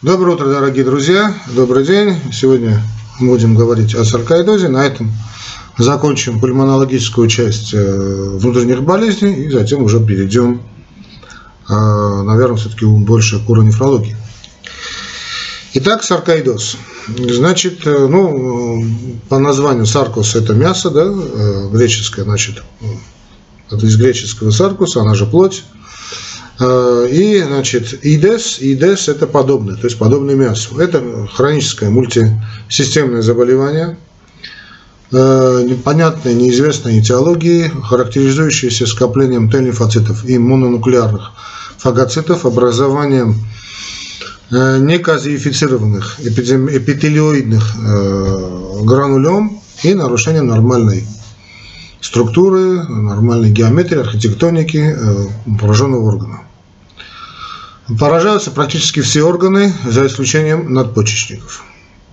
Доброе утро, дорогие друзья. Добрый день. Сегодня будем говорить о саркоидозе. На этом закончим пульмонологическую часть внутренних болезней и затем уже перейдем, наверное, все-таки больше к уронефрологии. Итак, саркоидоз. Значит, по названию саркос – это мясо, да, греческое, значит, это из греческого саркуса, она же плоть. И, значит, идес – это подобное, то есть подобное мясу. Это хроническое мультисистемное заболевание, непонятной, неизвестной этиологии, характеризующееся скоплением Т-лимфоцитов и мононуклеарных фагоцитов, образованием неказеифицированных эпителиоидных гранулем и нарушением нормальной структуры, нормальной геометрии, архитектоники пораженного органа. Поражаются практически все органы, за исключением надпочечников.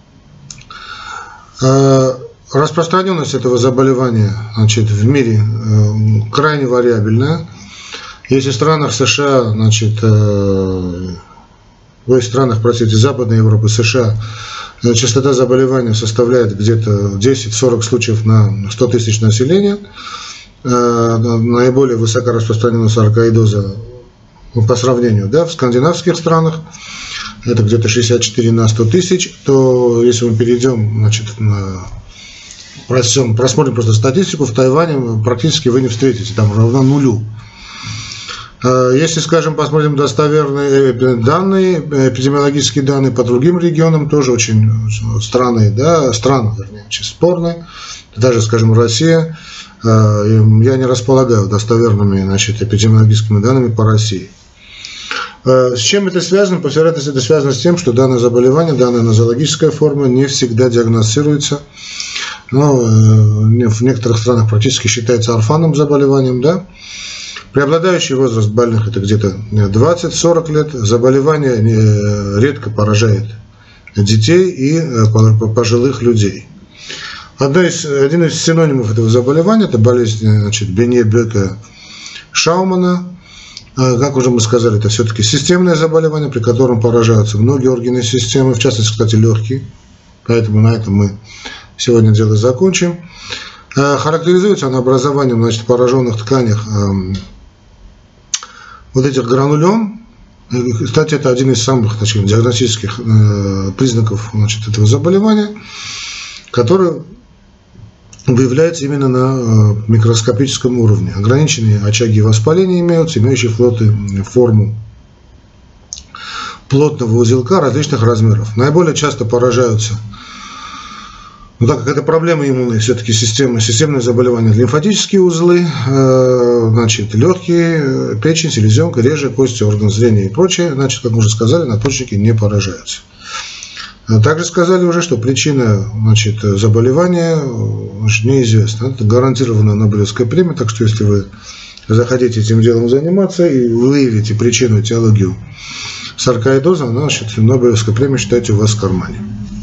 Распространенность этого заболевания, значит, в мире крайне вариабельная. Если в странах США, значит, в странах, простите, Западной Европы, США, частота заболевания составляет где-то 10-40 случаев на 100 тысяч населения. Наиболее высоко распространена саркоидоза по сравнению, да, в скандинавских странах. Это где-то 64 на 100 тысяч. То если мы перейдем, значит, просмотрим просто статистику, в Тайване практически вы не встретите, там равно нулю. Если, скажем, посмотрим достоверные данные, эпидемиологические данные по другим регионам, тоже очень странные, да, вернее, очень спорные. Даже, скажем, Россия, я не располагаю достоверными, значит, эпидемиологическими данными по России. С чем это связано? По всей вероятности, это связано с тем, что данное заболевание, данная нозологическая форма не всегда диагностируется. Но в некоторых странах практически считается орфанным заболеванием, да. Преобладающий возраст больных – это где-то 20-40 лет. Заболевание редко поражает детей и пожилых людей. Один из синонимов этого заболевания – это болезнь, значит, Бенье-Бека-Шаумана. Как уже мы сказали, это все-таки системное заболевание, при котором поражаются многие органы системы, в частности, кстати, легкие. Поэтому на этом мы сегодня дело закончим. Характеризуется она образованием, значит, в пораженных тканях вот этих гранулем. Кстати, это один из самых, значит, диагностических признаков, значит, этого заболевания, который выявляется именно на микроскопическом уровне. Ограниченные очаги воспаления имеются, имеющие форму плотного узелка различных размеров. Наиболее часто поражаются, так как это проблема иммунной все-таки системное заболевание, лимфатические узлы, значит, легкие, печень, селезенка, реже, кости, орган зрения и прочее. Значит, как мы уже сказали, надпочечники не поражаются. Также сказали уже, что причина, значит, заболевания, значит, неизвестна. Это гарантированная Нобелевская премия, так что если вы захотите этим делом заниматься и выявите причину, этиологию саркоидоза, значит, Нобелевская премия, считайте, у вас в кармане.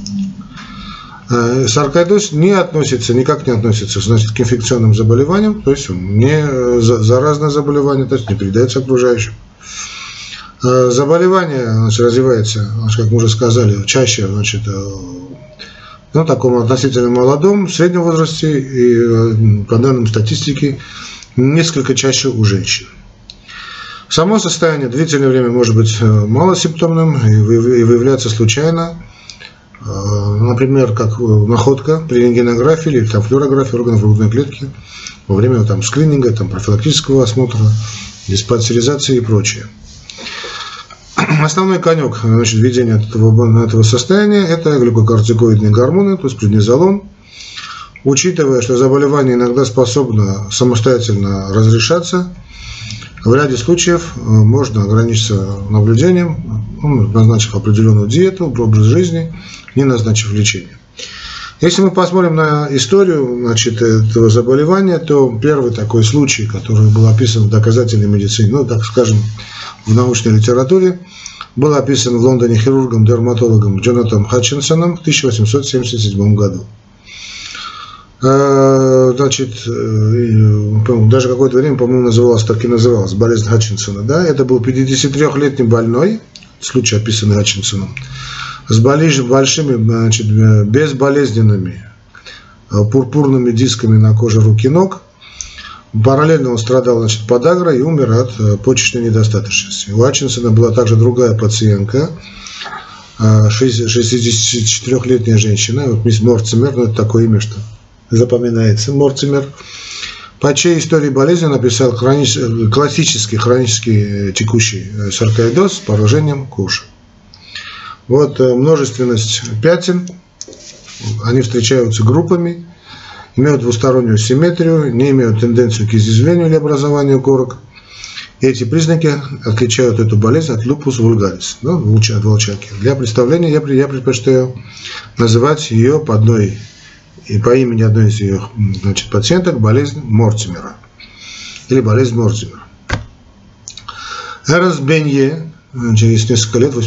Саркоидоз никак не относится, значит, к инфекционным заболеваниям, то есть он не заразное заболевание, то есть не передается окружающим. Заболевание, значит, развивается, значит, как мы уже сказали, чаще, значит, таком относительно молодом, в среднем возрасте и, по данным статистики, несколько чаще у женщин. Само состояние длительное время может быть малосимптомным и выявляться случайно. Например, как находка при рентгенографии или там, флюорографии органов грудной клетки во время там, скрининга, там, профилактического осмотра, диспансеризации и прочее. Основной конек, значит, введения этого состояния – это глюкокортикоидные гормоны, то есть преднизолон. Учитывая, что заболевание иногда способно самостоятельно разрешаться, в ряде случаев можно ограничиться наблюдением, назначив определенную диету, образ жизни, не назначив лечение. Если мы посмотрим на историю, значит, этого заболевания, то первый такой случай, который был описан в доказательной медицине, так скажем, в научной литературе, был описан в Лондоне хирургом-дерматологом Джонатаном Хатчинсоном в 1877 году. Значит, даже какое-то время, по-моему, так и называлась болезнь Хатчинсона. Да? Это был 53-летний больной, случай, описанный Ачинсоном, с большими, значит, безболезненными пурпурными дисками на коже рук и ног. Параллельно он страдал, значит, подагрой и умер от почечной недостаточности. У Ачинсона была также другая пациентка, 64-летняя женщина, вот мисс Морцимер, ну это такое имя, что запоминается, Морцимер, по чьей истории болезни написал классический хронический текущий саркоидоз с поражением кожи. Вот множественность пятен, они встречаются группами, имеют двустороннюю симметрию, не имеют тенденцию к изъязвлению или образованию корок. И эти признаки отличают эту болезнь от лупус вульгарис, ну, от волчанки. Для представления я предпочитаю называть ее по имени одной из ее, значит, пациенток болезнь Мортимера или болезнь Мортимера. Эрнст Бенье через несколько лет, в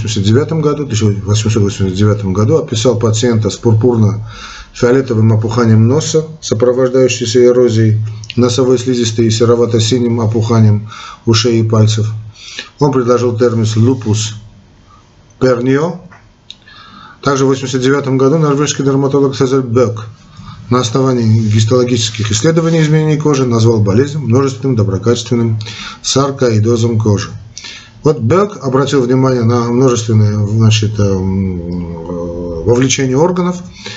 1889 году, описал пациента с пурпурно-фиолетовым опуханием носа, сопровождающейся эрозией носовой слизистой и серовато-синим опуханием ушей и пальцев. Он предложил термин лупус пернио. Также в 1989 году норвежский дерматолог Цезарь Бек на основании гистологических исследований изменений кожи назвал болезнь множественным доброкачественным саркоидозом кожи. Вот Бек обратил внимание на множественное, значит, вовлечение органов,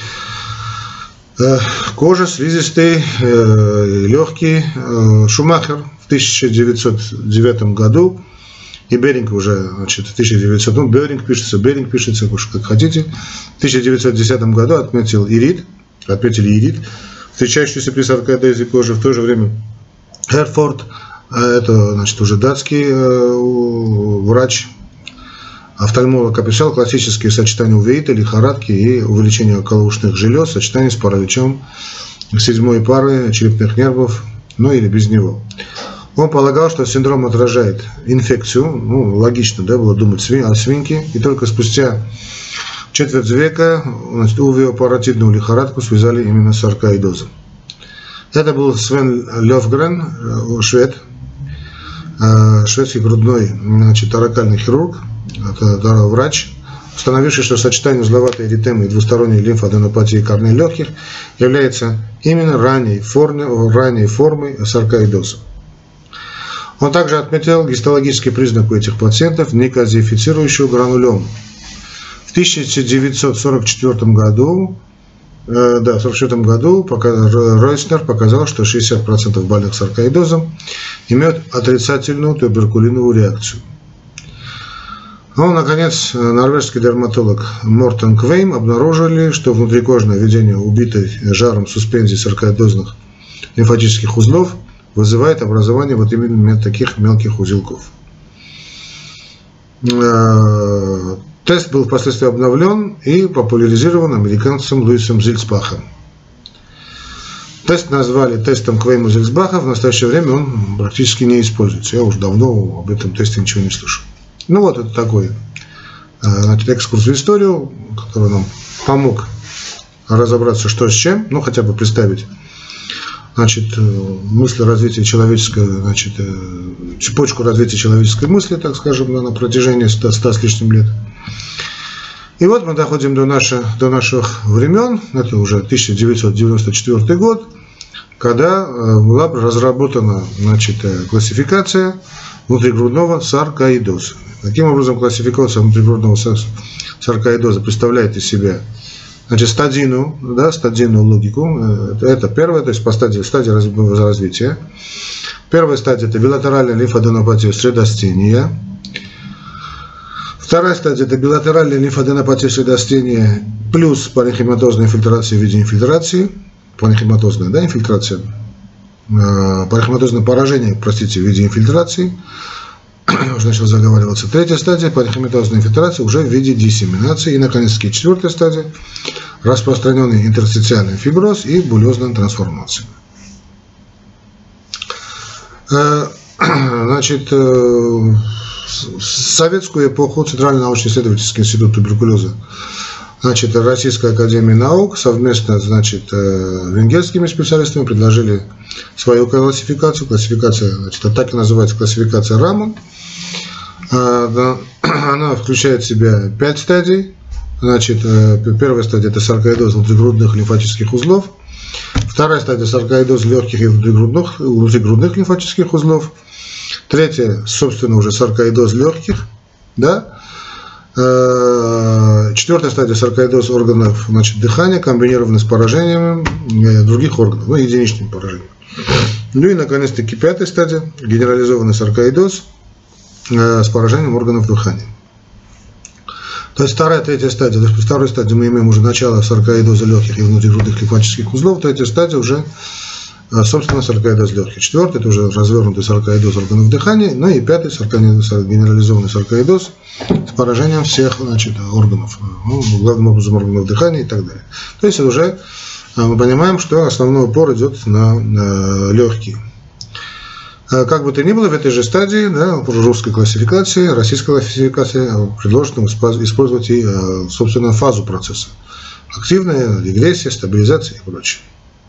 кожа, слизистые, легкие. Шумахер в 1909 году и Беринг уже, значит, в 1900, ну, Беринг пишется, как хотите, в 1910 году отметили ирит, встречающийся при саркоидозе кожи. В то же время Херфорд, это, значит, уже датский врач, офтальмолог, описал классические сочетания увеита, лихорадки и увеличения околоушных желез в сочетании с параличом седьмой пары черепных нервов, ну или без него. Он полагал, что синдром отражает инфекцию, ну, логично, да, было думать о свинке, и только спустя четверть века, значит, увеопаратидную лихорадку связали именно с саркоидозом. Это был Свен Лёфгрен, шведский грудной, значит, торакальный хирург, врач, установивший, что сочетание узловатой эритемы и двусторонней лимфоаденопатии корней легких является именно ранней формой саркоидоза. Он также отметил гистологический признак у этих пациентов некозифицирующую гранулему. В 1944 году Ройснер показал, что 60% больных саркоидозом имеют отрицательную туберкулиновую реакцию. Ну, наконец, норвежский дерматолог Мортен Квейм обнаружили, что внутрикожное введение убитой жаром суспензии саркоидозных лимфатических узлов вызывает образование вот именно таких мелких узелков. Тест был впоследствии обновлен и популяризирован американцем Луисом Зильцбахом. Тест назвали тестом Квейма-Зильцбаха, в настоящее время он практически не используется. Я уже давно об этом тесте ничего не слышу. Ну вот, это такой, значит, экскурс в историю, который нам помог разобраться, что с чем, ну хотя бы представить, значит, мысль развития человеческой, значит, цепочку развития человеческой мысли, так скажем, на протяжении 100 с лишним лет. И вот мы доходим до наших времен, это уже 1994 год, когда была разработана, значит, классификация внутригрудного саркоидоза. Таким образом, классификация внутригрудного саркоидоза представляет из себя, значит, стадийную логику. Это первая, то есть по стадии развития. Первая стадия – это билатеральная лимфоаденопатия средостения. Вторая стадия – это билатеральная лимфоаденопатия средостения плюс паренхиматозная инфильтрация в виде инфильтрации. Паренхиматозная, да, инфильтрация. Паренхиматозное поражение, простите, в виде инфильтрации. Уже начал заговариваться. Третья стадия – паренхиматозная инфильтрация уже в виде диссеминации. И, наконец-таки, четвертая стадия – распространенный интерстициальный фиброз и булезная трансформация. Значит, в советскую эпоху Центральный научно-исследовательский институт туберкулеза, значит, Российская академия наук совместно, значит, венгерскими специалистами предложили свою классификацию. Классификация, значит, так и называется классификация Раман. Она включает в себя 5 стадий. Значит, первая стадия – это саркоидоз внутригрудных лимфатических узлов. Вторая стадия – саркоидоз легких и внутригрудных лимфатических узлов. Третья, собственно, уже саркоидоз легких. Да? Четвертая стадия – саркоидоз органов, значит, дыхания, комбинированный с поражениями других органов, ну, единичными поражениями. Ну и, наконец-таки, пятая стадия – генерализованный саркоидоз с поражением органов дыхания. То есть вторая, третья стадия. То есть, во второй стадии мы имеем уже начало саркоидоза легких и внутригрудных лимфатических узлов. Третья стадия уже, собственно, саркоидоз легких. Четвертый – это уже развернутый саркоидоз органов дыхания. Ну и пятый – генерализованный саркоидоз с поражением всех, значит, органов. Ну, главным образом органов дыхания и так далее. То есть уже мы понимаем, что основной упор идет на легкие. Как бы то ни было, в этой же стадии, да, русской классификации, российской классификации, предложено использовать и, собственно, фазу процесса. Активная, регрессия, стабилизация и прочее.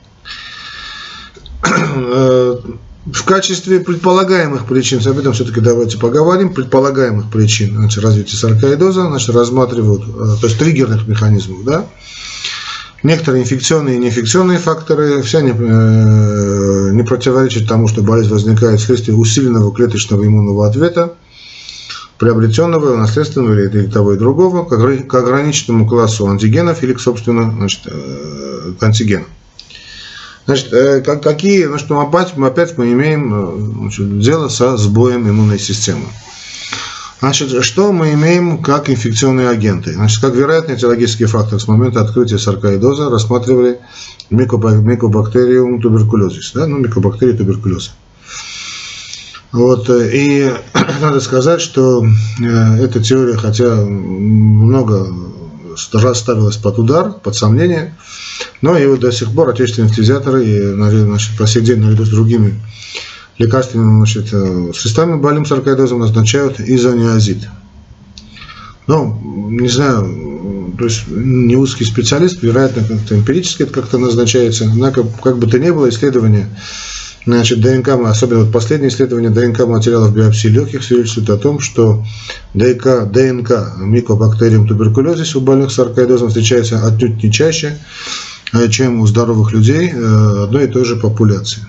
В качестве предполагаемых причин, об этом все-таки давайте поговорим, предполагаемых причин, значит, развития саркоидоза, значит, рассматривают, то есть триггерных механизмов, да, некоторые инфекционные и неинфекционные факторы, все они не противоречат тому, что болезнь возникает вследствие усиленного клеточного иммунного ответа, приобретенного, наследственного или того и другого, к ограниченному классу антигенов или, собственно, значит, к антигенам. Значит, какие, значит, опять мы имеем, значит, дело со сбоем иммунной системы. Значит, что мы имеем как инфекционные агенты? Значит, как вероятный этиологический фактор с момента открытия саркоидоза рассматривали микобактериум туберкулезис, да, ну, микобактерии туберкулеза. Вот, и надо сказать, что эта теория, хотя много раз ставилась под удар, под сомнение, но и вот до сих пор отечественные анестезиаторы и, значит, по сей день наряду с другими лекарственными, значит, средствами больным саркоидозом назначают изониазид. Ну, не знаю, то есть не узкий специалист, вероятно, как-то эмпирически это как-то назначается. Однако, как бы то ни было, исследования, значит, ДНК, особенно вот последнее исследование ДНК материалов биопсии легких свидетельствует о том, что ДНК микобактериум туберкулезис у больных саркоидозом встречается отнюдь не чаще, чем у здоровых людей одной и той же популяции.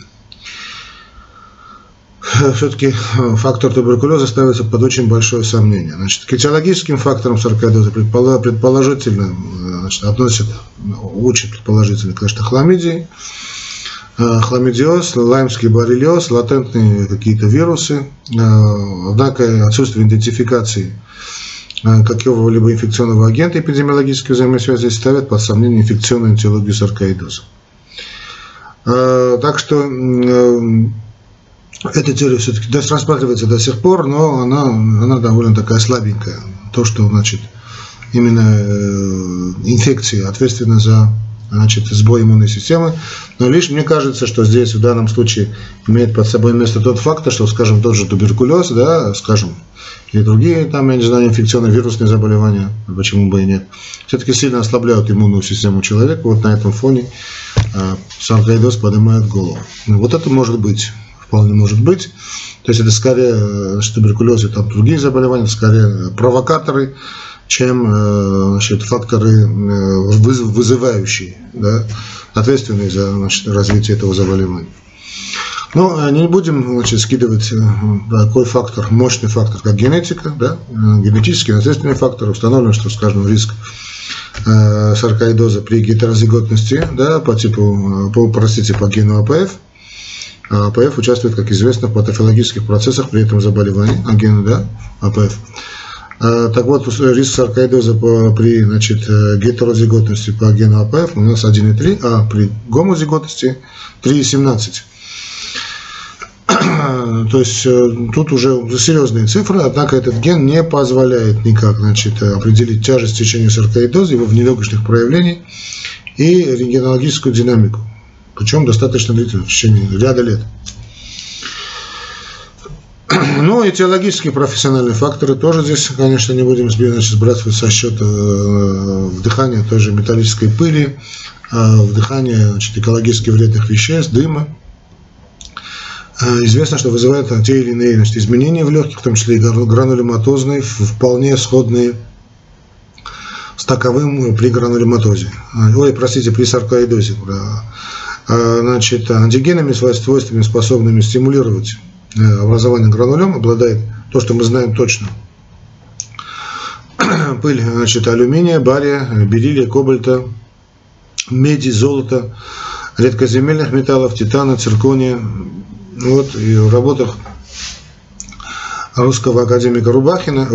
Все-таки фактор туберкулеза ставится под очень большое сомнение. Значит, к этиологическим факторам саркоидоза предположительно, значит, относят, очень предположительно, конечно, хламидии, хламидиоз, лаймский боррелиоз, латентные какие-то вирусы. Однако отсутствие идентификации какого-либо инфекционного агента эпидемиологической взаимосвязи ставят под сомнение инфекционную этиологию саркоидоза. Так что эта теория все-таки рассматривается до сих пор, но она довольно такая слабенькая. То, что, значит, именно инфекции ответственны за, значит, сбой иммунной системы. Но лишь мне кажется, что здесь в данном случае имеет под собой место тот факт, что, скажем, тот же туберкулез, да, скажем, и другие, там, я не знаю, инфекционные вирусные заболевания, почему бы и нет, все-таки сильно ослабляют иммунную систему человека. Вот на этом фоне саркоидоз поднимает голову. Вот это может быть. Вполне может быть. То есть это скорее, значит, туберкулез и там другие заболевания, скорее провокаторы, чем, значит, факторы вызывающие, да, ответственные за, значит, развитие этого заболевания. Но не будем, значит, скидывать такой фактор, мощный фактор, как генетика, да, генетический наследственный фактор. Установлено, что, скажем, риск саркоидоза при гетерозиготности, да, по гену АПФ. АПФ участвует, как известно, в патофилогических процессах при этом заболевании, гены, да, АПФ. Так вот, риск саркоидоза при, значит, гетерозиготности по гену АПФ у нас 1,3, а при гомозиготности 3,17. То есть тут уже серьезные цифры, однако этот ген не позволяет никак, значит, определить тяжесть течения саркоидоза, его внелегочных проявлений и рентгенологическую динамику. Причем достаточно длительно, в течение ряда лет. Ну, этиологические профессиональные факторы тоже здесь, конечно, не будем сбрасывать со счета вдыхания той же металлической пыли, вдыхания, значит, экологически вредных веществ, дыма, Известно, что вызывают те или иные изменения в легких, в том числе и гранулематозные, вполне сходные с таковым при гранулематозе. При саркоидозе. Значит, антигенами, свойствами, способными стимулировать образование гранулем, обладает то, что мы знаем точно. Пыль, значит, алюминия, бария, бериллия, кобальта, меди, золота, редкоземельных металлов, титана, циркония. Вот, и в работах русского академика Рабухина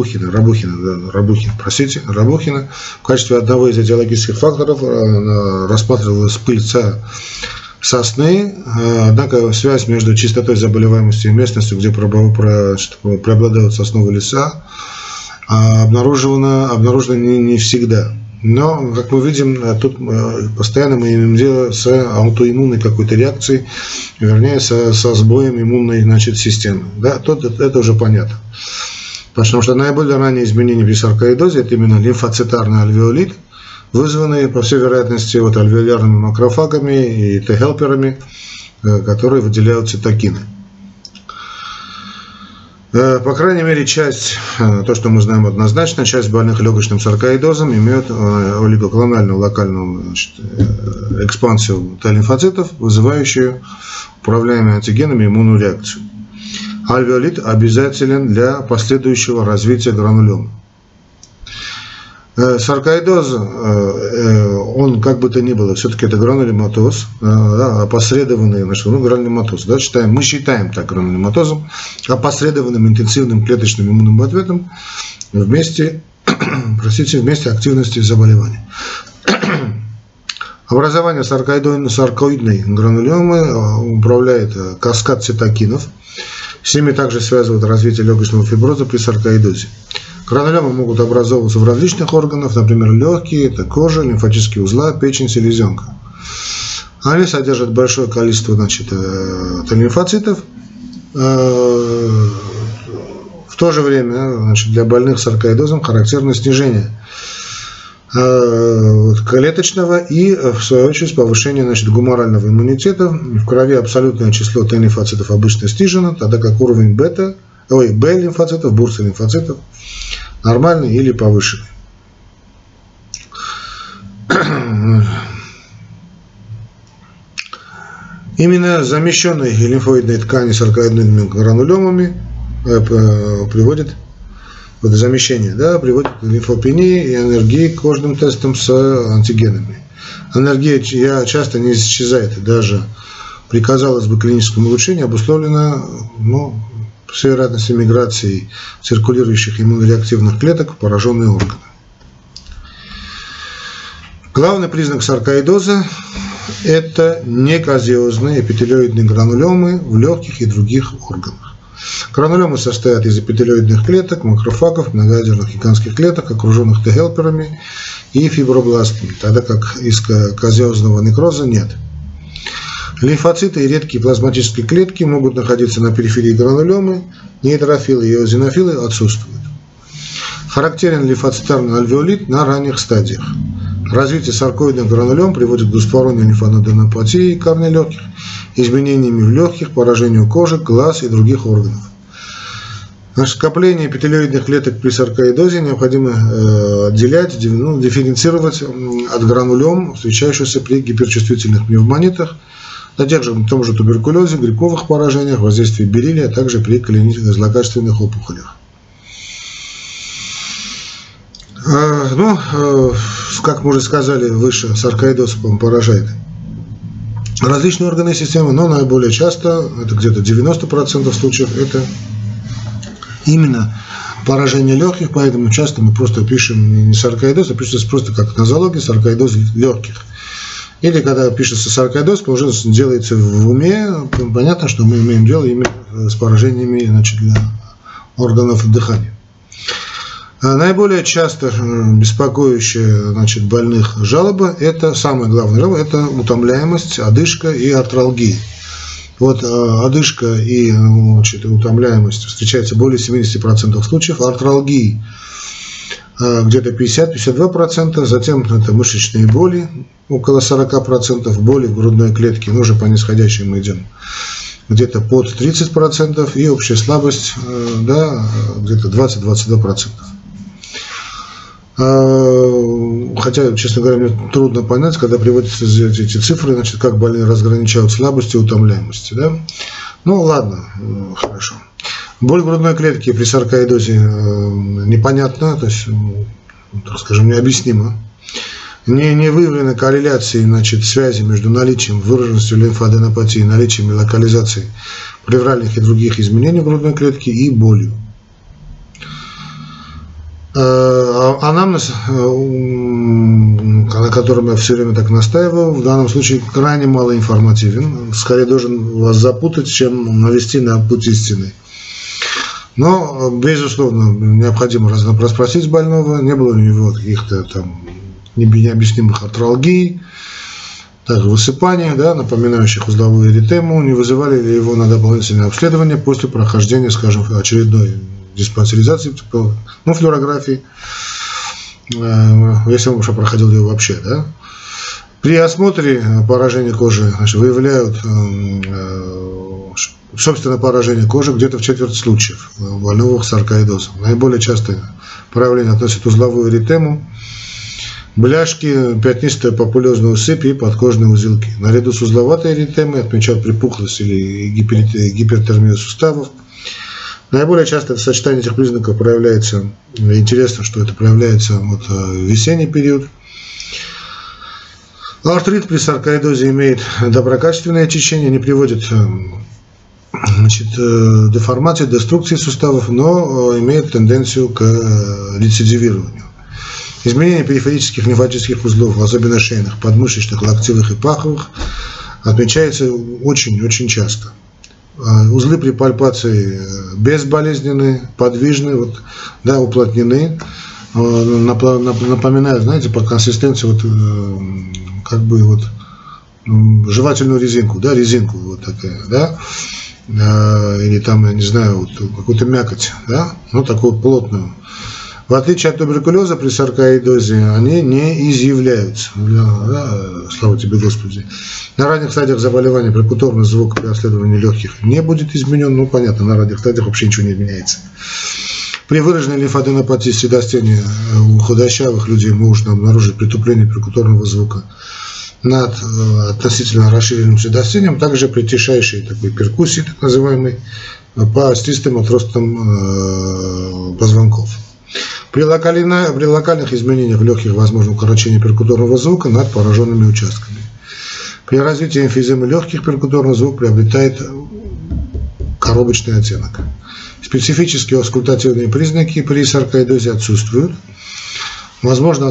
в качестве одного из идеологических факторов рассматривалась пыль сосны, однако связь между частотой заболеваемости и местностью, где преобладают сосновые леса, обнаружена не всегда. Но, как мы видим, тут постоянно мы имеем дело с аутоиммунной какой-то реакцией, вернее, со сбоем иммунной, значит, системы. Да, тут это уже понятно. Потому что наиболее ранние изменения при саркоидозе – это именно лимфоцитарный альвеолит, вызванный, по всей вероятности, вот альвеолярными макрофагами и Т-хелперами, которые выделяют цитокины. По крайней мере, часть, то, что мы знаем однозначно, часть больных легочным саркоидозом имеют олигоклональную локальную, значит, экспансию Т-лимфоцитов, вызывающую управляемые антигенами иммунную реакцию. Альвеолит обязателен для последующего развития гранулема. Саркоидоз, он как бы то ни было, все-таки это гранулематоз, опосредованный, гранулематоз, да, мы считаем так гранулематозом, опосредованным интенсивным клеточным иммунным ответом вместе активности заболевания. Образование саркоидной гранулемы управляет каскад цитокинов, с ними также связывают развитие легочного фиброза при саркоидозе. Гранулемы могут образовываться в различных органах, например, легкие, это кожа, лимфатические узлы, печень, селезенка. Они содержат большое количество, значит, Т-лимфоцитов. В то же время, значит, для больных саркоидозом характерно снижение клеточного и, в свою очередь, повышение, значит, гуморального иммунитета. В крови абсолютное число Т-лимфоцитов обычно снижено, тогда как уровень Б-лимфоцитов, бурса-лимфоцитов нормальный или повышенный. Именно замещенные лимфоидные ткани саркоидными гранулемами приводит приводит к лимфопении и аллергии к кожным тестам с антигенами. Аллергия часто не исчезает, даже при, казалось бы, клиническом улучшении обусловлена, по всей вероятности, миграцией циркулирующих иммунореактивных клеток в пораженные органы. Главный признак саркоидоза – это неказиозные эпителиоидные гранулемы в легких и других органах. Гранулемы состоят из эпителиоидных клеток, макрофагов, многоядерных гигантских клеток, окруженных Т-хелперами и фибробластами, тогда как из казиозного некроза нет. Лимфоциты и редкие плазматические клетки могут находиться на периферии гранулемы, нейтрофилы и эозинофилы отсутствуют. Характерен лимфоцитарный альвеолит на ранних стадиях. Развитие саркоидных гранулем приводит к двусторонней лимфоноденопатии корней легких, изменениями в легких, поражению кожи, глаз и других органов. Скопление эпителиоидных клеток при саркоидозе необходимо отделять, дифференцировать от гранулем, встречающихся при гиперчувствительных пневмонитах, на том же туберкулезе, грибковых поражениях, воздействии бериллия, а также при злокачественных опухолях. Как мы уже сказали выше, саркоидоз поражает различные органы системы, но наиболее часто, это где-то 90% случаев, это именно поражение легких, поэтому часто мы просто пишем не саркоидоз, а пишется просто как нозология, саркоидоз легких. Или когда пишется саркоидоз, уже делается в уме, понятно, что мы имеем дело именно с поражениями, значит, для органов дыхания. Наиболее часто беспокоящая, значит, больных жалоба, это самое главное жалоба, это утомляемость, одышка и артралгия. Вот одышка и, значит, утомляемость встречается более 70% случаев, артралгии где-то 50-52%, затем это мышечные боли, около 40%, боли в грудной клетке, уже по нисходящей мы идем. где-то под 30%, и общая слабость, да, где-то 20-22%. Хотя, честно говоря, мне трудно понять, когда приводятся эти цифры, значит, как больные разграничивают слабость и утомляемость. Да? Ну, ладно, хорошо. Боль грудной клетки при саркоидозе непонятна, то есть, так скажем, необъяснимо. Не выявлены корреляции, значит, связи между наличием, выраженностью лимфоаденопатии, наличием и локализацией плевральных и других изменений грудной клетки и болью. Анамнез, на котором я все время так настаивал, в данном случае крайне мало информативен, скорее должен вас запутать, чем навести на путь истины. Но, безусловно, необходимо расспросить больного, не было у него каких-то там необъяснимых артралгий, также высыпаний, да, напоминающих узловую эритему, не вызывали ли его на дополнительное обследование после прохождения, скажем, очередной диспансеризации, типа, ну, флюорографии, если он уже проходил ее вообще, да. При осмотре поражения кожи, значит, выявляют собственно поражение кожи где-то в четверти случаев больного саркоидозом. Наиболее частое проявление относит узловую эритему, бляшки, пятнистая папулезная усыпь и подкожные узелки. Наряду с узловатой эритемой отмечают припухлость или гипертермию суставов. Наиболее часто в сочетании этих признаков проявляется, интересно, что это проявляется вот в весенний период. Артрит при саркоидозе имеет доброкачественное течение, не приводит, значит, деформации, деструкции суставов, но имеет тенденцию к рецидивированию. Изменение периферических лимфатических узлов, особенно шейных, подмышечных, локтевых и паховых, отмечается очень-очень часто. Узлы при пальпации безболезненные, подвижные, вот, да, уплотнены, напоминают, знаете, по консистенции вот, как бы вот жевательную резинку, да, резинку вот такая, да, или там, я не знаю, вот, какую-то мякоть, да, ну такую плотную. В отличие от туберкулеза при саркоидозе они не изъявляются. Да, слава тебе, Господи. На ранних стадиях заболевания перкуторный звук при обследовании легких не будет изменен. Ну, понятно, на ранних стадиях вообще ничего не меняется. При выраженной лимфоаденопатии средостения у худощавых людей можно обнаружить притупление перкуторного звука над относительно расширенным средостением. Также при тишайшей такой перкуссии, так называемой, по остистым отросткам позвонков. При локальных изменениях легких возможно укорочение перкуторного звука над пораженными участками. При развитии эмфиземы легких перкуторный звук приобретает коробочный оттенок. Специфические аускультативные признаки при саркоидозе отсутствуют. Возможно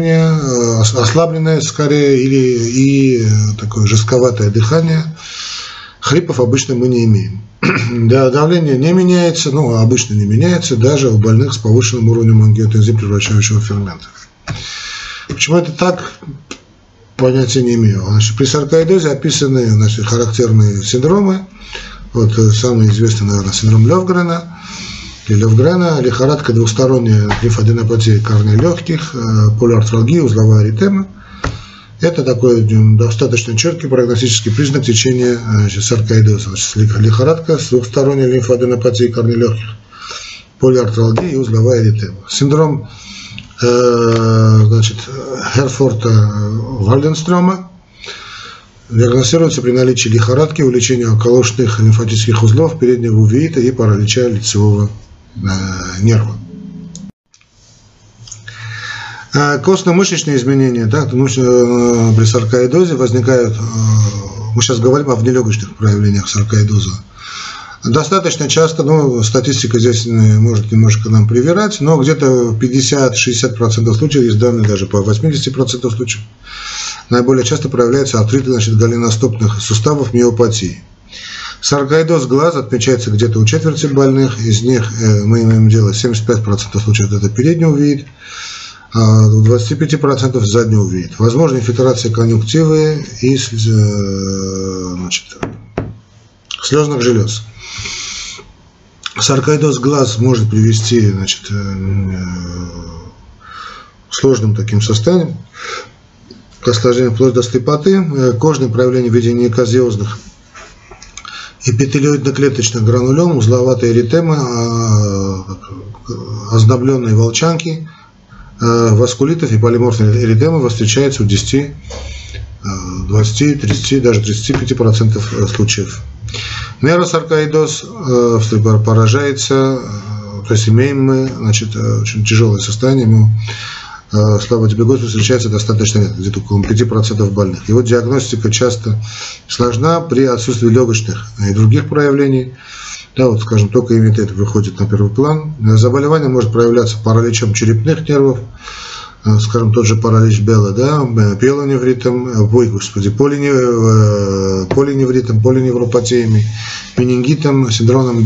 ослабленное скорее и такое жестковатое дыхание. Хрипов обычно мы не имеем. Да, давление не меняется, ну, обычно не меняется, даже у больных с повышенным уровнем ангиотензии превращающего фермента. Почему это так, понятия не имею. Значит, при саркоидозе описаны, значит, характерные синдромы. Вот самый известный, наверное, синдром Лёвгрена, лихорадка, двухсторонняя лимфоаденопатия корней легких, полиартралгия, узловая эритема. Это такой достаточно четкий прогностический признак течения саркоидоза. Лихорадка с двухсторонней лимфоаденопатией корней легких, полиартралгия и узловая эритема. Синдром, значит, Херфорта-Вальденстрома диагностируется при наличии лихорадки, увеличения околошных лимфатических узлов переднего увеита и паралича лицевого нерва. Костно-мышечные изменения, да, при саркоидозе возникают, мы сейчас говорим о внелегочных проявлениях саркоидоза. Достаточно часто, ну, статистика здесь может немножко нам привирать, но где-то 50-60% случаев, есть данные даже по 80% случаев, наиболее часто проявляется артрит, значит, голеностопных суставов, миопатии. Саркоидоз глаза отмечается где-то у четверти больных, из них мы имеем дело 75% случаев это передний увеит, а у 25% задний увеит. Возможно инфильтрация конъюнктивы и, значит, слезных желез. Саркоидоз глаз может привести, значит, к сложным таким состояниям, к осложнению вплоть до слепоты, кожные проявления в виде неказиозных эпителиоидно-клеточных гранулем, узловатые эритемы, ознобленные волчанки, васкулитов и полиморфные эритемы встречаются в 10, 20, 30, даже 35% случаев. Нейросаркоидоз поражается, то есть имеем мы, значит, очень тяжелое состояние, ему, слава тебе Господи, встречается достаточно редко, где-то около 5% больных. Его диагностика часто сложна при отсутствии легочных и других проявлений. Да, вот, скажем, только именно это выходит на первый план. Заболевание может проявляться параличом черепных нервов, скажем, тот же паралич Белла, да, пиелоневритом, полиневритом, полиневропатиями, менингитом, синдромом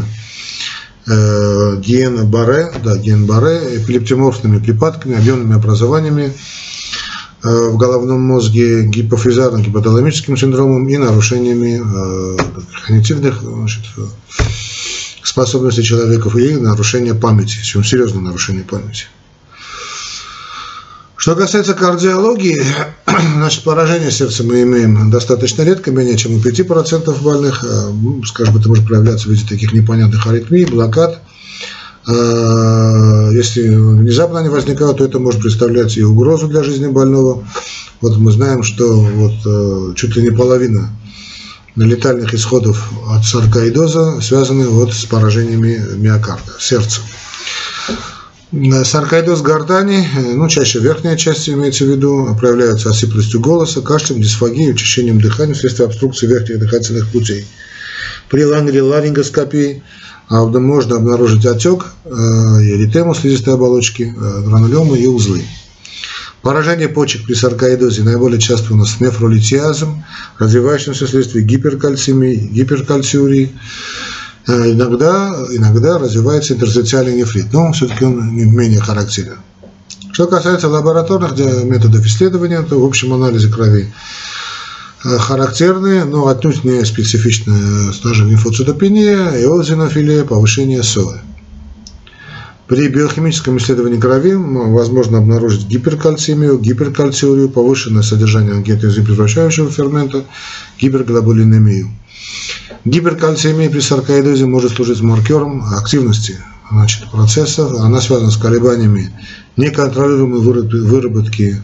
Гиена-Барре, да, Гиен-Барре, эпилептоморфными припадками, объемными образованиями в головном мозге, гипофизарным гипоталамическим синдромом и нарушениями когнитивных, значит, способностей человека и нарушение памяти, очень серьезное нарушение памяти. Что касается кардиологии, значит, поражение сердца мы имеем достаточно редко, менее чем у 5% больных. Скажем, это может проявляться в виде таких непонятных аритмий, блокад. Если внезапно они возникают, то это может представлять и угрозу для жизни больного. Вот мы знаем, что вот чуть ли не половина летальных исходов от саркоидоза связаны вот с поражениями миокарда, сердца. Саркоидоз гортани, ну, чаще верхняя часть имеется в виду, проявляется осиплостью голоса, кашлем, дисфагией, учащением дыхания вследствие обструкции верхних дыхательных путей. При ларингоскопии можно обнаружить отек, эритему слизистой оболочки, гранулемы и узлы. Поражение почек при саркоидозе наиболее часто у нас с нефролитиазом, развивающимся вследствие гиперкальцемии, гиперкальциурии. Иногда развивается интерстициальный нефрит, но все-таки он менее характерен. Что касается лабораторных методов исследования, то в общем анализе крови характерны, но отнюдь не специфичная, скажем, лимфоцитопения, эозинофилия, повышение СОЭ. При биохимическом исследовании крови возможно обнаружить гиперкальцемию, гиперкальциурию, повышенное содержание ангиотензин-превращающего фермента, гиперглобулинемию. Гиперкальциемия при саркоидозе может служить маркером активности, значит, процесса. Она связана с колебаниями неконтролируемой выработки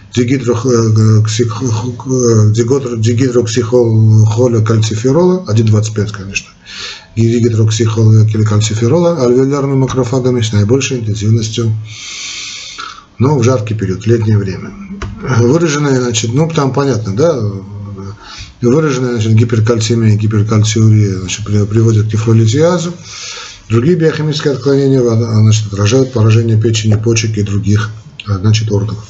дигидроксихолокальциферола, 1,25, конечно, дигидроксихолокальциферола альвеолярными макрофагами с наибольшей интенсивностью, но в жаркий период, в летнее время. Выраженная, значит, ну там понятно, да, выраженная, значит, гиперкальцемия и гиперкальциурия, значит, приводят к нефролитиазу. Другие биохимические отклонения, значит, отражают поражение печени, почек и других, значит, органов.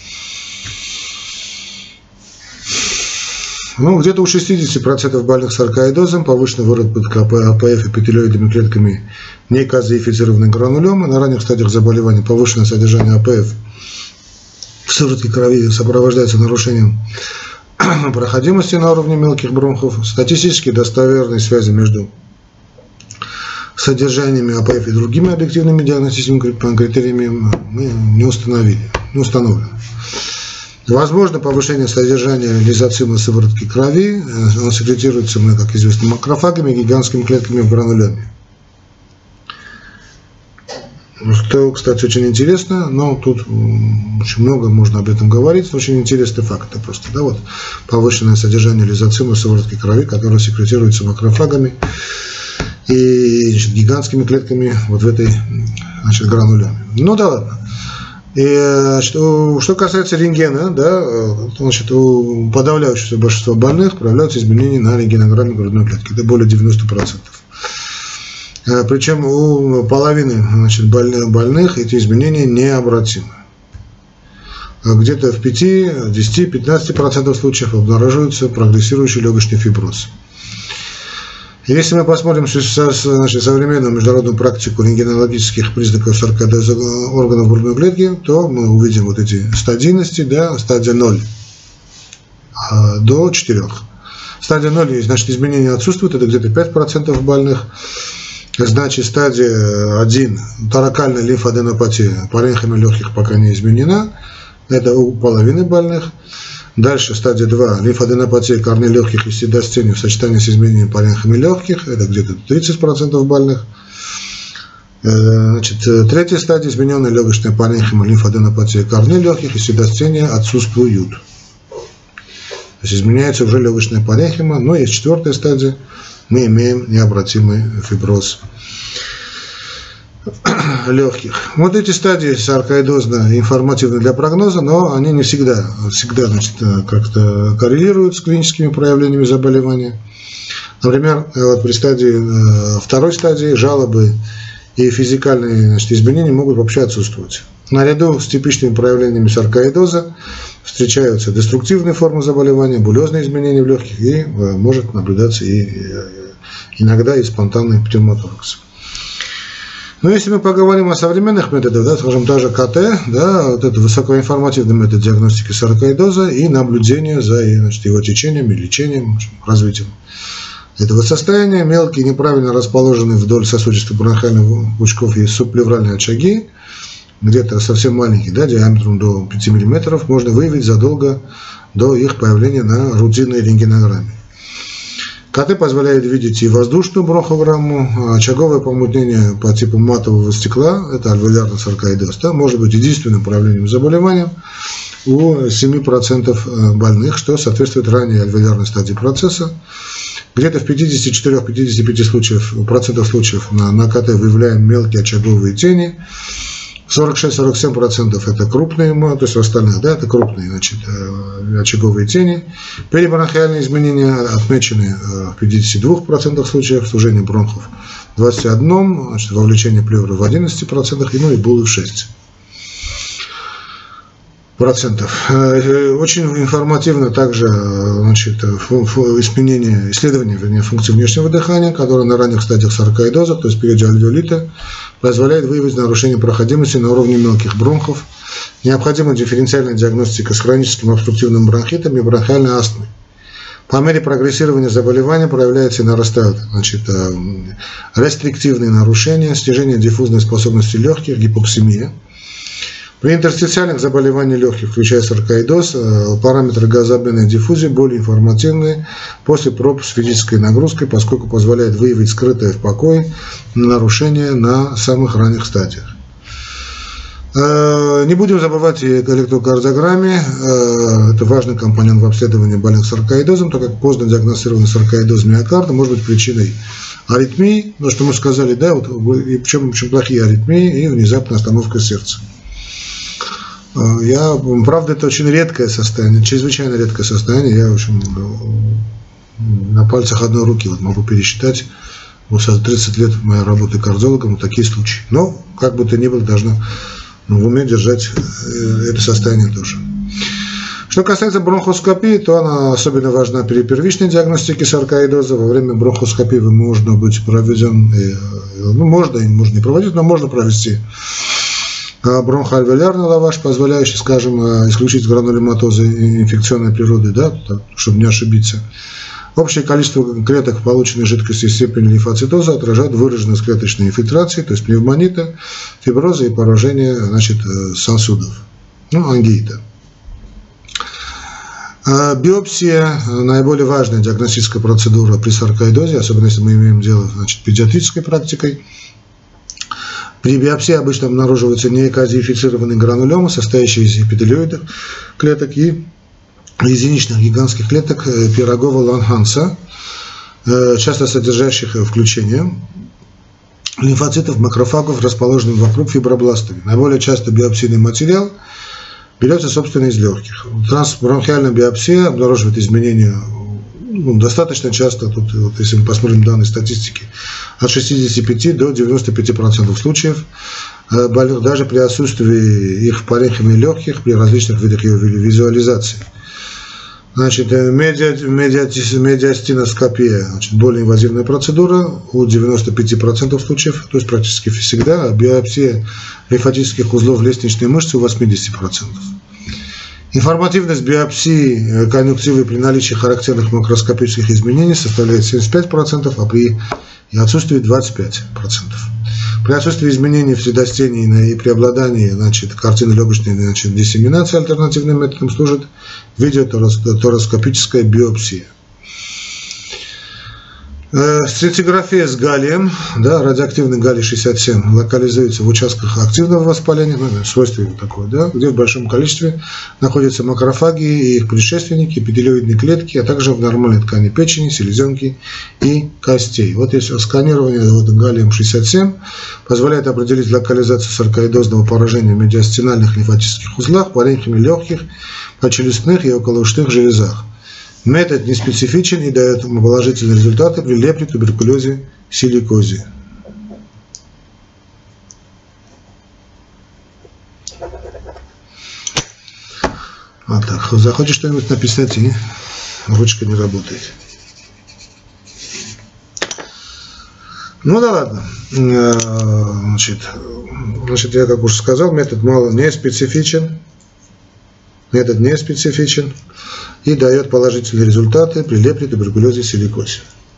Ну, где-то у 60% больных саркоидозом повышена выработка АПФ эпителиоидными клетками неказеифицированной гранулемы. На ранних стадиях заболевания повышенное содержание АПФ в сыворотке крови сопровождается нарушением проходимости на уровне мелких бронхов. Статистически достоверной связи между содержаниями АПФ и другими объективными диагностическими критериями мы не установлено. Возможно повышение содержания лизоцима сыворотки крови, он секретируется, как известно, макрофагами, гигантскими клетками в гранулеме. Что, кстати, очень интересно, но тут очень много можно об этом говорить, очень интересный факт это просто, да, вот повышенное содержание лизоцима сыворотки крови, которое секретируется макрофагами и, значит, гигантскими клетками вот в этой, значит, гранулеме. Ну да ладно. И, что касается рентгена, да, значит, у подавляющего большинства больных проявляются изменения на рентгенограмме грудной клетки, это более 90%. Причем у половины, значит, больных эти изменения необратимы. Где-то в 5, 10, 15% случаев обнаруживается прогрессирующий легочный фиброз. Если мы посмотрим, значит, современную международную практику рентгенологических признаков саркоидоза органов грудной клетки, то мы увидим вот эти стадийности, да, стадия 0 до 4. Стадия 0, значит, изменения отсутствуют, это где-то 5% больных. Значит, стадия 1, торакальная лимфоаденопатия паренхимы легких пока не изменена, это у половины больных. Дальше стадия 2. Лимфаденопатия корней легких и сидостения в сочетании с изменением паренхимы легких. Это где-то 30% больных. Значит, третья стадия. Измененная легочная паренхима, лимфаденопатия корней легких и сидостения отсутствуют. То есть изменяется уже легочная паренхима. Но есть четвертая стадия. Мы имеем необратимый фиброз легких. Вот эти стадии саркоидозно информативны для прогноза, но они не всегда значит, как-то коррелируют с клиническими проявлениями заболевания. Например, вот при второй стадии жалобы и физикальные, значит, изменения могут вообще отсутствовать. Наряду с типичными проявлениями саркоидоза встречаются деструктивные формы заболевания, булезные изменения в легких и может наблюдаться иногда и спонтанный пневмоторакс. Но если мы поговорим о современных методах, да, скажем, даже КТ, да, вот это высокоинформативный метод диагностики саркоидоза и наблюдения за, значит, его течением и лечением, развитием этого состояния. Мелкие, неправильно расположенные вдоль сосудистых бронхиальных пучков и субплевральные очаги, где-то совсем маленькие, да, диаметром до 5 мм, можно выявить задолго до их появления на рутинной рентгенограмме. КТ позволяет видеть и воздушную бронхограмму, очаговое помутнение по типу матового стекла, это альвеолярный саркоидоз, да, может быть единственным проявлением заболевания у 7% больных, что соответствует ранней альвеолярной стадии процесса. Где-то в 54-55% случаев на КТ выявляем мелкие очаговые тени. 46-47% это крупные, то есть в остальных, да, это крупные, значит, очаговые тени. Перибронхиальные изменения отмечены в 52% случаев, сужение бронхов в 21%, значит, вовлечение плевры в 11%, ну и булы в 6%. Очень информативно также, значит, исследование функции внешнего дыхания, которое на ранних стадиях саркоидоза, то есть в периоде альвеолита, позволяет выявить нарушение проходимости на уровне мелких бронхов. Необходима дифференциальная диагностика с хроническим обструктивным бронхитом и бронхиальной астмой. По мере прогрессирования заболевания проявляются и нарастают, значит, рестриктивные нарушения, снижение диффузной способности легких, гипоксемия. При интерстициальных заболеваниях легких, включая саркоидоз, параметры газообменной диффузии более информативные после проб с физической нагрузкой, поскольку позволяет выявить скрытое в покое нарушение на самых ранних стадиях. Не будем забывать и о электрокардиограмме. Это важный компонент в обследовании больных саркоидозом, так как поздно диагностированный саркоидоз миокарда может быть причиной аритмии, то, что мы сказали, да, вот, и причем очень плохие аритмии и внезапная остановка сердца. Правда, это очень редкое состояние, чрезвычайно редкое состояние. Я, в общем, на пальцах одной руки вот могу пересчитать. Вот за 30 лет моей работы кардиологом такие случаи. Но, как бы то ни было, должно в уме держать это состояние тоже. Что касается бронхоскопии, то она особенно важна при первичной диагностике саркоидоза. Во время бронхоскопии можно быть проведен, можно не проводить, но можно провести бронхоальвеолярный лаваш, позволяющий, скажем, исключить гранулематозы инфекционной природы, да, чтобы не ошибиться. Общее количество клеток полученной жидкости и степень лимфоцитоза отражает выраженность клеточной инфильтрации, то есть пневмонита, фиброза и поражения, значит, сосудов, ангиита. Биопсия – наиболее важная диагностическая процедура при саркоидозе, особенно если мы имеем дело, значит, педиатрической практикой. При биопсии обычно обнаруживаются неэкозифицированные гранулемы, состоящие из эпителиоидных клеток и единичных гигантских клеток Пирогова-Ланханса, часто содержащих включение лимфоцитов, макрофагов, расположенных вокруг фибробластами. Наиболее часто биопсийный материал берется, собственно, из легких. Трансбронхиальная биопсия обнаруживает изменения достаточно часто, тут, вот, если мы посмотрим данные статистики, от 65 до 95% случаев больных, даже при отсутствии их в паренхиме легких, при различных видах ее визуализации. Значит, медиастиноскопия, значит, более инвазивная процедура у 95% случаев, то есть практически всегда, а биопсия лимфатических узлов лестничной мышцы у 80%. Информативность биопсии конъюнктивы при наличии характерных макроскопических изменений составляет 75%, а при и отсутствие 25%. При отсутствии изменений в средостении и преобладании, значит, картины легочной, значит, диссеминации альтернативным методом служит видеотороскопическая биопсия. Сцинтиграфия с галлием, да, радиоактивный галлий-67 локализуется в участках активного воспаления, свойство такое, да, где в большом количестве находятся макрофаги и их предшественники, эпителиоидные клетки, а также в нормальной ткани печени, селезенки и костей. Вот если сканирование галлием-67 позволяет определить локализацию саркоидозного поражения в медиастинальных лимфатических узлах, паренхиме легких, подчелюстных и околоушных железах. Метод не специфичен и дает положительные результаты при лепре, туберкулезе, силикозе. Вот так. Захочешь что-нибудь написать, и ручка не работает. Ну да ладно. Значит, я как уже сказал, метод не специфичен. Метод не специфичен и дает положительные результаты при лепре, туберкулезе, силикозе.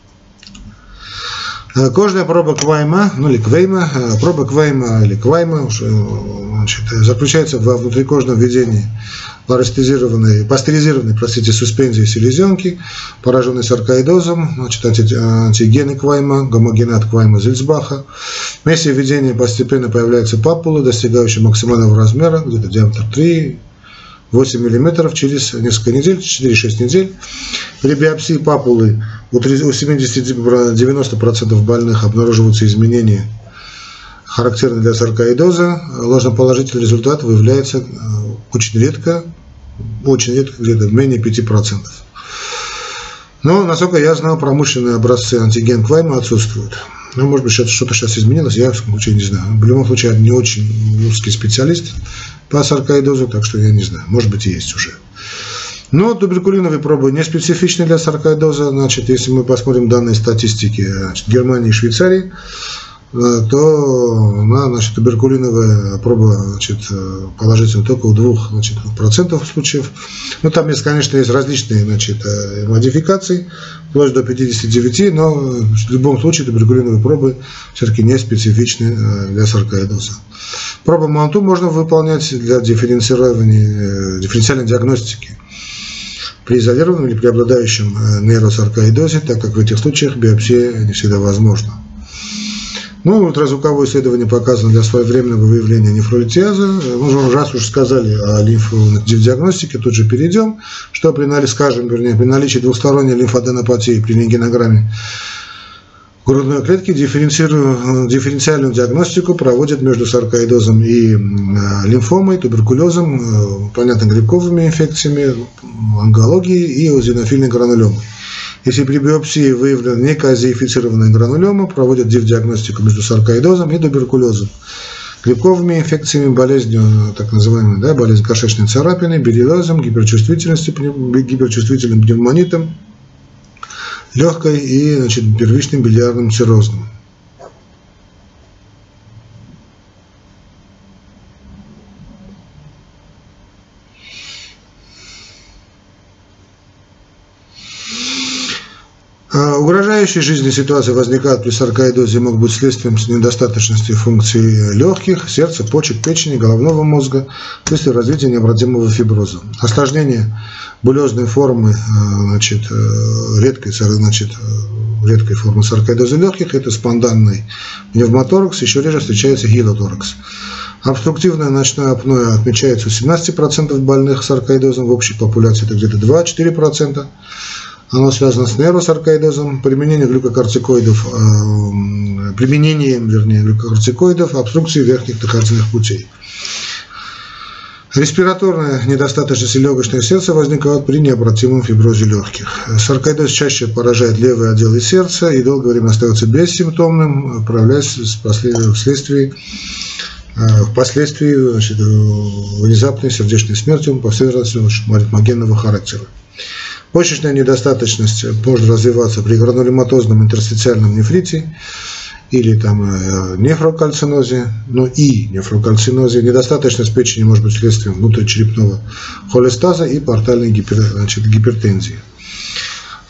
Кожная проба Квайма, ну или Квейма, проба Квейма или Квайма, значит, заключается во внутрикожном введении пастеризированной, суспензии селезенки, пораженной саркоидозом, значит, антигены Квайма, гомогенат Квайма-Зильцбаха. В месте введения постепенно появляются папулы, достигающие максимального размера, где-то диаметр 3-8 мм через несколько недель, 4-6 недель. При биопсии папулы у 70-90% больных обнаруживаются изменения, характерные для саркоидоза. Ложноположительный результат выявляется очень редко, где-то менее 5%. Но, насколько я знал, промышленные образцы антиген Квайма отсутствуют. Ну, может быть, что-то сейчас изменилось, я в случае не знаю. В любом случае, я не очень узкий специалист по саркоидозу, так что я не знаю. Может быть, и есть уже. Но туберкулиновые пробы не специфичны для саркоидоза. Значит, если мы посмотрим данные статистики, значит, Германии и Швейцарии, то значит, туберкулиновая проба, значит, положительна только у 2% случаев. Ну, там есть, конечно, есть различные, значит, модификации, вплоть до 59, но в любом случае туберкулиновые пробы все-таки не специфичны для саркоидоза. Пробу Манту можно выполнять для дифференциальной диагностики при изолированном или преобладающем нейросаркоидозе, так как в этих случаях биопсия не всегда возможна. Ну, ультразвуковое исследование показано для своевременного выявления нефролитиаза. Мы раз уже сказали о лимфодиагностике, тут же перейдем, что при наличии двухсторонней лимфаденопатии при рентгенограмме грудной клетки дифференциальную диагностику проводят между саркоидозом и лимфомой, туберкулезом, понятно, грибковыми инфекциями, онкологией и эозинофильной гранулемой. Если при биопсии выявлена неказеифицированная гранулема, проводят диагностику между саркоидозом и туберкулезом, грибковыми инфекциями, болезнью, так называемой, да, болезнь кишечной царапины, билиозом, гиперчувствительным пневмонитом, легкой и, значит, первичным билиарным циррозом. Угрожающие жизни ситуации возникают при саркоидозе, могут быть следствием недостаточности функций легких, сердца, почек, печени, головного мозга, вследствие развития необратимого фиброза. Осложнение булезной формы, значит, редкой формы саркоидоза легких – это спонтанный пневмоторакс, еще реже встречается гилоторакс. Обструктивное ночное апноэ отмечается у 17% больных саркоидозом, в общей популяции это где-то 2-4%. Оно связано с нейросаркоидозом, применением глюкокортикоидов, обструкции верхних дыхательных путей. Респираторная недостаточность и легочное сердце возникают при необратимом фиброзе легких. Саркоидоз чаще поражает левый отдел сердца и долгое время остается бессимптомным, проявляясь впоследствии значит, внезапной сердечной смертью по всей аритмогенного характера. Почечная недостаточность может развиваться при гранулематозном интерстициальном нефрите или там нефрокальцинозе, но и нефрокальцинозе. Недостаточность печени может быть следствием внутричерепного холестаза и портальной гипертензии.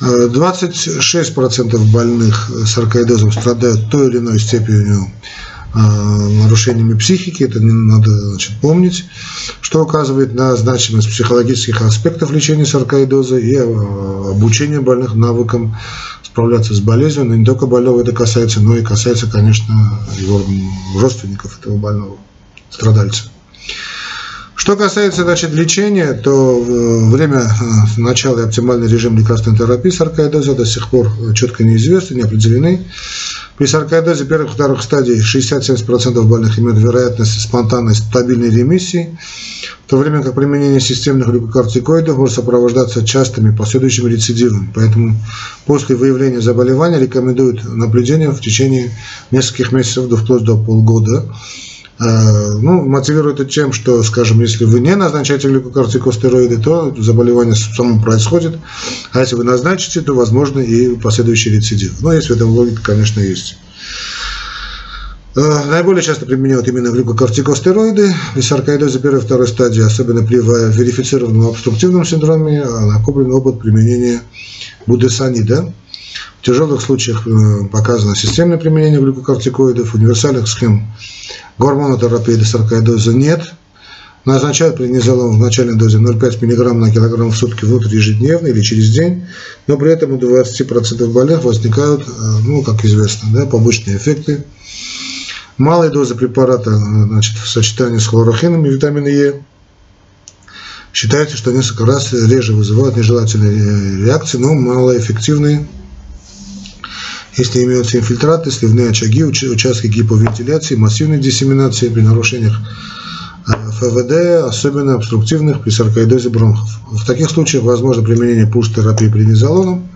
26% больных саркоидозом страдают той или иной степенью нарушениями психики, это надо, значит, помнить, что указывает на значимость психологических аспектов лечения саркоидоза и обучения больных навыкам справляться с болезнью, но не только больного это касается, но и касается, конечно, его родственников этого больного, страдальца. Что касается, значит, лечения, то время начала и оптимальный режим лекарственной терапии саркоидоза до сих пор четко неизвестны, не определены. При саркоидозе первых и вторых стадий 60-70% больных имеют вероятность спонтанной стабильной ремиссии, в то время как применение системных глюкокортикоидов может сопровождаться частыми последующими рецидивами. Поэтому после выявления заболевания рекомендуют наблюдение в течение нескольких месяцев, вплоть до полгода. Мотивирует это тем, что, скажем, если вы не назначаете глюкокортикостероиды, то заболевание само происходит, а если вы назначите, то возможно и последующий рецидив. Но есть в этом логика, конечно, есть. Наиболее часто применяют именно глюкокортикостероиды при саркоидозе первой и второй стадии, особенно при верифицированном обструктивном синдроме, накоплен опыт применения будесонида. В тяжелых случаях показано системное применение глюкокортикоидов, универсальных схем гормонотерапии для саркоидоза нет. Назначают преднизолон в начальной дозе 0,5 мг на килограмм в сутки ежедневно или через день, но при этом у 20% больных возникают, как известно, побочные эффекты. Малые дозы препарата, значит, в сочетании с хлорохином и витамином Е считается, что несколько раз реже вызывают нежелательные реакции, но малоэффективные, если имеются инфильтраты, сливные очаги, участки гиповентиляции, массивной диссеминации при нарушениях ФВД, особенно обструктивных при саркоидозе бронхов. В таких случаях возможно применение пуш-терапии преднизолоном,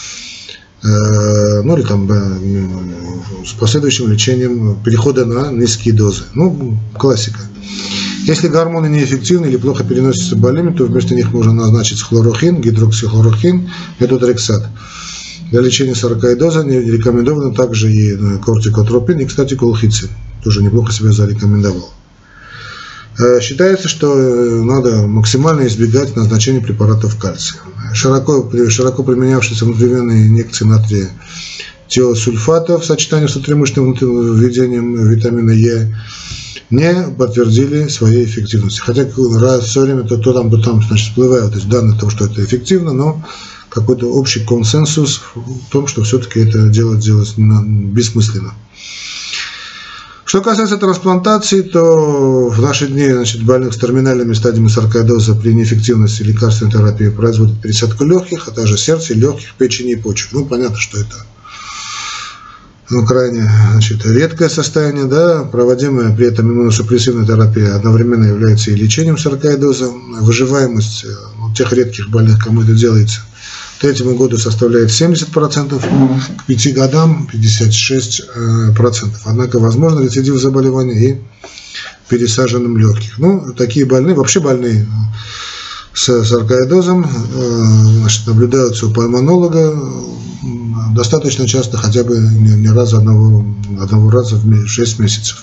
или с последующим лечением перехода на низкие дозы. Классика. Если гормоны неэффективны или плохо переносятся больными, то вместо них можно назначить хлорохин, гидроксихлорохин, метотрексат. Для лечения саркоидоза рекомендовано также и кортикотропин, и, кстати, колхицин. Тоже неплохо себя зарекомендовал. Считается, что надо максимально избегать назначения препаратов кальция. Широко применявшиеся внутривенные инъекции натрия тиосульфата в сочетании с внутримышечным введением витамина Е не подтвердили своей эффективности. Хотя все время то там, значит, всплывают данные того, что это эффективно, но какой-то общий консенсус в том, что все-таки это делать бессмысленно. Что касается трансплантации, то в наши дни, значит, больных с терминальными стадиями саркоидоза при неэффективности лекарственной терапии производят пересадку легких, а также сердца, легких, печени и почек. Понятно, что это крайне, значит, редкое состояние, проводимая при этом иммуносупрессивная терапия одновременно является и лечением саркоидоза. Выживаемость тех редких больных, кому это делается, к 3 году составляет 70%, к 5 годам 56%. Однако возможно рецидив заболевания и пересаженным легких. Такие больные, вообще больные с саркоидозом, значит, наблюдаются у пульмонолога достаточно часто, хотя бы не раза одного раза в 6 месяцев.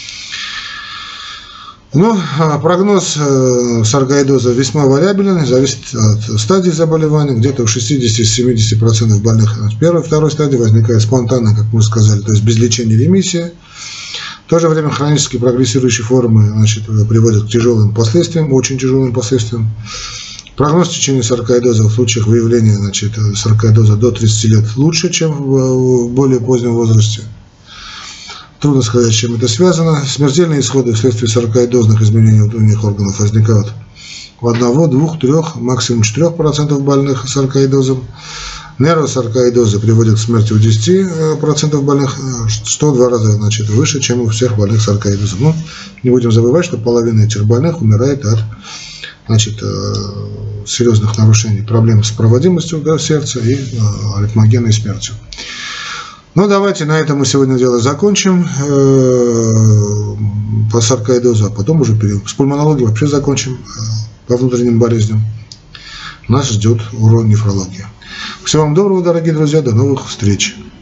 Прогноз саркоидоза весьма вариабелен, зависит от стадии заболевания. Где-то у 60-70% больных от первой и второй стадии возникает спонтанно, как мы сказали, то есть без лечения ремиссия. В то же время хронические прогрессирующие формы, значит, приводят к тяжелым последствиям, очень тяжелым последствиям. Прогноз течения саркоидоза в случаях выявления, значит, саркоидоза до 30 лет лучше, чем в более позднем возрасте. Трудно сказать, с чем это связано. Смертельные исходы вследствие саркоидозных изменений внутренних органов возникают у 1, 2, 3, максимум 4% больных саркоидозом. Нейросаркоидозы приводят к смерти у 10% больных, что в 2 раза, значит, выше, чем у всех больных саркоидозом. Не будем забывать, что половина этих больных умирает от, значит, серьезных нарушений, проблем с проводимостью сердца и аритмогенной смертью. Давайте на этом мы сегодня дело закончим по саркоидозу, а потом уже с пульмонологией вообще закончим по внутренним болезням. Нас ждет урон нефрологии. Всего вам доброго, дорогие друзья, до новых встреч.